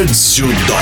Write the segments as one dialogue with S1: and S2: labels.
S1: Брать сюда.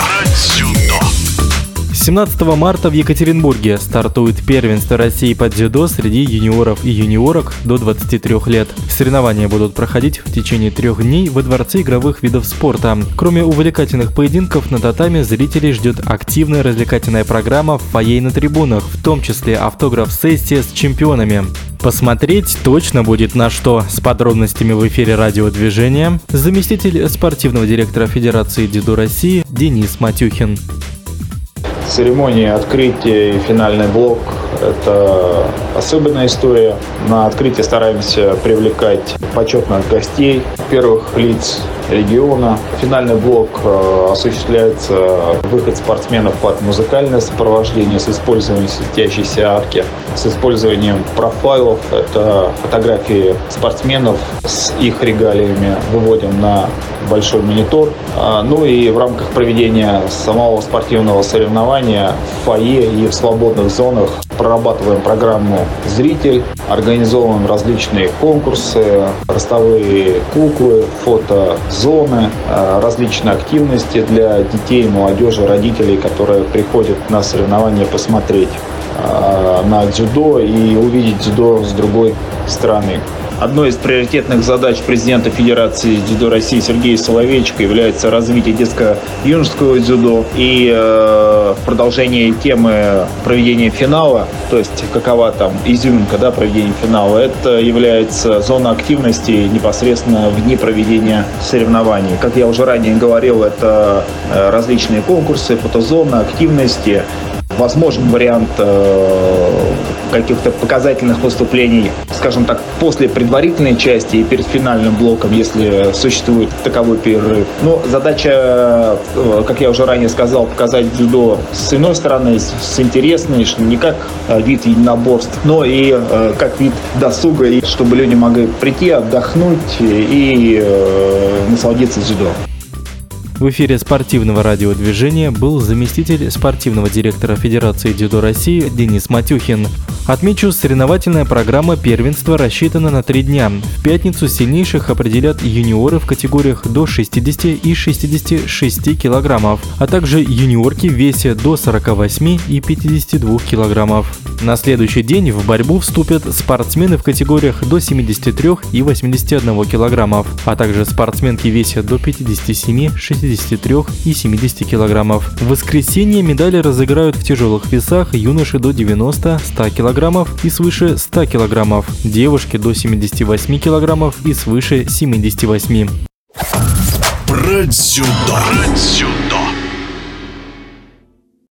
S2: 17 марта в Екатеринбурге стартует первенство России по дзюдо среди юниоров и юниорок до 23 лет. Соревнования будут проходить в течение 3 дней во Дворце игровых видов спорта. Кроме увлекательных поединков, на татами зрителей ждет активная развлекательная программа в фойе и на трибунах, в том числе автограф-сессия с чемпионами. Посмотреть точно будет на что. С подробностями в эфире радиодвижения заместитель спортивного директора Федерации дзюдо России Денис Матюхин.
S3: Церемония открытия и финальный блок – это особенная история. На открытие стараемся привлекать почетных гостей, первых лиц региона. Финальный блок осуществляется выход спортсменов под музыкальное сопровождение с использованием светящейся арки, с использованием профайлов. Это фотографии спортсменов с их регалиями выводим на большой монитор. Ну и в рамках проведения самого спортивного соревнования в фойе и в свободных зонах прорабатываем программу «Зритель», организовываем различные конкурсы, ростовые куклы, фотозоны, различные активности для детей, молодежи, родителей, которые приходят на соревнования посмотреть на дзюдо и увидеть дзюдо с другой стороны. Одной из приоритетных задач президента Федерации дзюдо России Сергея Соловейчика является развитие детско-юношеского дзюдо. И в продолжении темы проведения финала, то есть какова там изюминка проведения финала, это является зона активности непосредственно в дни проведения соревнований. Как я уже ранее говорил, это различные конкурсы, фотозоны, активности. Возможен вариант каких-то показательных выступлений, скажем так, после предварительной части и перед финальным блоком, если существует таковой перерыв. Но задача, как я уже ранее сказал, показать дзюдо с иной стороны, с интересной, не как вид единоборств, но и как вид досуга, и чтобы люди могли прийти, отдохнуть и насладиться дзюдо.
S2: В эфире спортивного радиодвижения был заместитель спортивного директора Федерации дзюдо России Денис Матюхин. Отмечу, соревновательная программа первенства рассчитана на 3 дня. В пятницу сильнейших определят юниоры в категориях до 60 и 66 килограммов, а также юниорки в весе до 48 и 52 килограммов. На следующий день в борьбу вступят спортсмены в категориях до 73 и 81 килограммов, а также спортсменки в весе до 57, 63 и 70 килограммов. В воскресенье медали разыграют в тяжелых весах юноши до 90, 100 килограммов и свыше 100 килограммов, девушки до 78 килограммов и свыше 78.
S1: Брать сюда.